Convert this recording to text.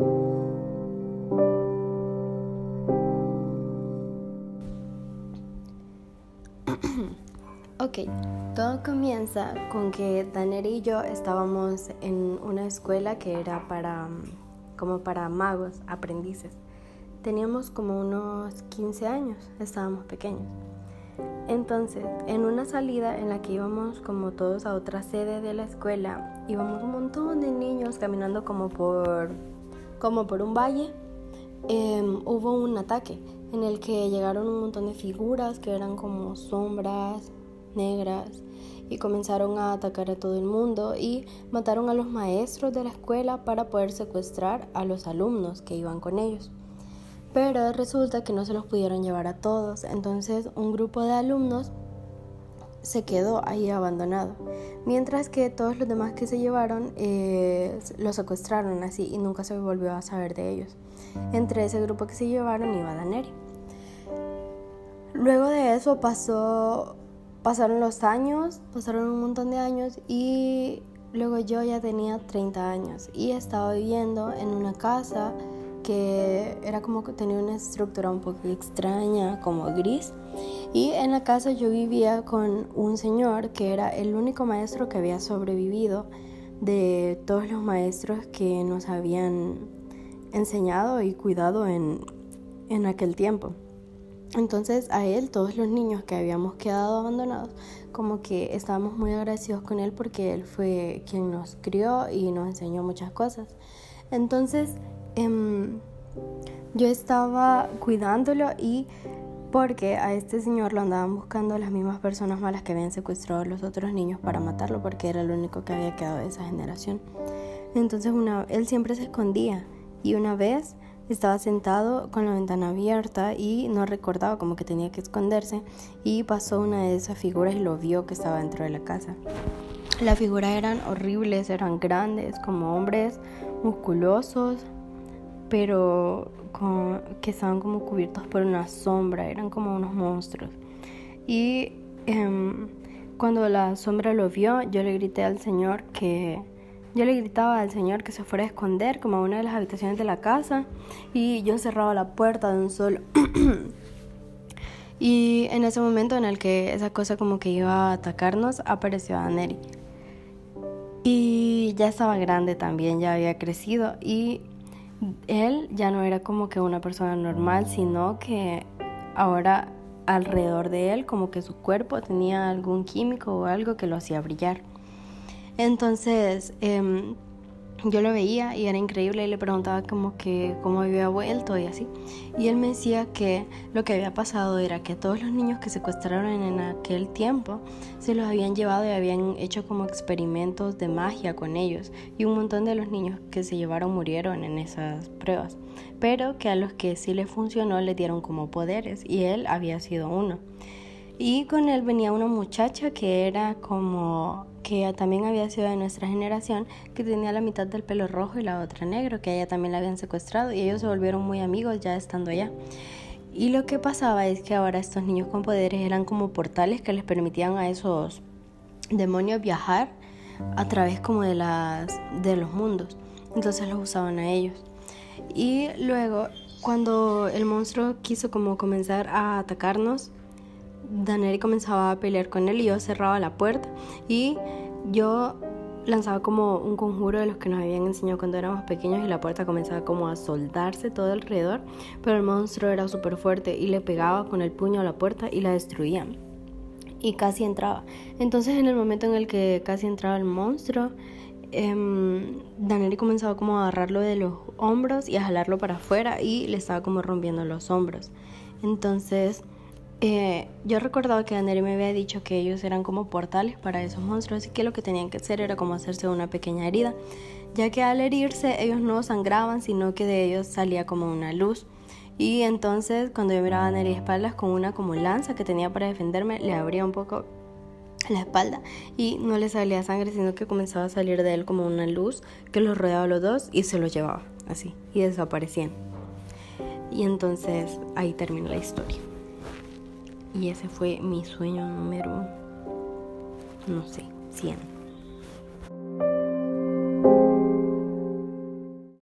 Ok, todo comienza con que Daner y yo estábamos en una escuela que era como para magos, aprendices. Teníamos como unos 15 años, estábamos pequeños. Entonces, en una salida en la que íbamos como todos a otra sede de la escuela, íbamos un montón de niños caminando como por un valle. Hubo un ataque en el que llegaron un montón de figuras que eran como sombras negras y comenzaron a atacar a todo el mundo y mataron a los maestros de la escuela para poder secuestrar a los alumnos que iban con ellos. Pero resulta que no se los pudieron llevar a todos, entonces un grupo de alumnos se quedó ahí abandonado, mientras que todos los demás que se llevaron los secuestraron así y nunca se volvió a saber de ellos. Entre ese grupo que se llevaron iba Daneri. Luego de eso pasaron los años, pasaron un montón de años y luego yo ya tenía 30 años y estaba viviendo en una casa que era como que tenía una estructura un poco extraña, como gris. Y en la casa yo vivía con un señor que era el único maestro que había sobrevivido de todos los maestros que nos habían enseñado y cuidado en aquel tiempo. Entonces a él, todos los niños que habíamos quedado abandonados, como que estábamos muy agradecidos con él porque él fue quien nos crió y nos enseñó muchas cosas. Entonces yo estaba cuidándolo y porque a este señor lo andaban buscando las mismas personas malas que habían secuestrado a los otros niños para matarlo, porque era el único que había quedado de esa generación. Entonces él siempre se escondía y una vez estaba sentado con la ventana abierta y no recordaba, como que tenía que esconderse, y pasó una de esas figuras y lo vio que estaba dentro de la casa. Las figuras eran horribles, eran grandes, como hombres musculosos, pero que estaban como cubiertos por una sombra, eran como unos monstruos. Y cuando la sombra lo vio, yo le gritaba al señor que se fuera a esconder como a una de las habitaciones de la casa, y yo cerraba la puerta de un solo. Y en ese momento en el que esa cosa como que iba a atacarnos, apareció Daneri. Y ya estaba grande también, ya había crecido, y él ya no era como que una persona normal, sino que ahora alrededor de él como que su cuerpo tenía algún químico o algo que lo hacía brillar. Entonces yo lo veía y era increíble y le preguntaba como que cómo había vuelto y así. Y él me decía que lo que había pasado era que todos los niños que secuestraron en aquel tiempo se los habían llevado y habían hecho como experimentos de magia con ellos. Y un montón de los niños que se llevaron murieron en esas pruebas. Pero que a los que sí les funcionó les dieron como poderes y él había sido uno. Y con él venía una muchacha que era como que también había sido de nuestra generación, que tenía la mitad del pelo rojo y la otra negro, que a ella también la habían secuestrado y ellos se volvieron muy amigos ya estando allá. Y lo que pasaba es que ahora estos niños con poderes eran como portales que les permitían a esos demonios viajar a través como de los mundos. Entonces los usaban a ellos. Y luego, cuando el monstruo quiso como comenzar a atacarnos, Daneri comenzaba a pelear con él y yo cerraba la puerta y yo lanzaba como un conjuro de los que nos habían enseñado cuando éramos pequeños y la puerta comenzaba como a soldarse todo alrededor, pero el monstruo era súper fuerte y le pegaba con el puño a la puerta y la destruía y casi entraba. Entonces en el momento en el que casi entraba el monstruo, Daneri comenzaba como a agarrarlo de los hombros y a jalarlo para afuera y le estaba como rompiendo los hombros. Entonces yo recordaba que Daneri me había dicho que ellos eran como portales para esos monstruos y que lo que tenían que hacer era como hacerse una pequeña herida, ya que al herirse ellos no sangraban, sino que de ellos salía como una luz. Y entonces cuando yo miraba a Daneri de espaldas con una como lanza que tenía para defenderme, le abría un poco la espalda y no le salía sangre, sino que comenzaba a salir de él como una luz que los rodeaba a los dos y se los llevaba así y desaparecían. Y entonces ahí termina la historia. Y ese fue mi sueño número, no sé, 100.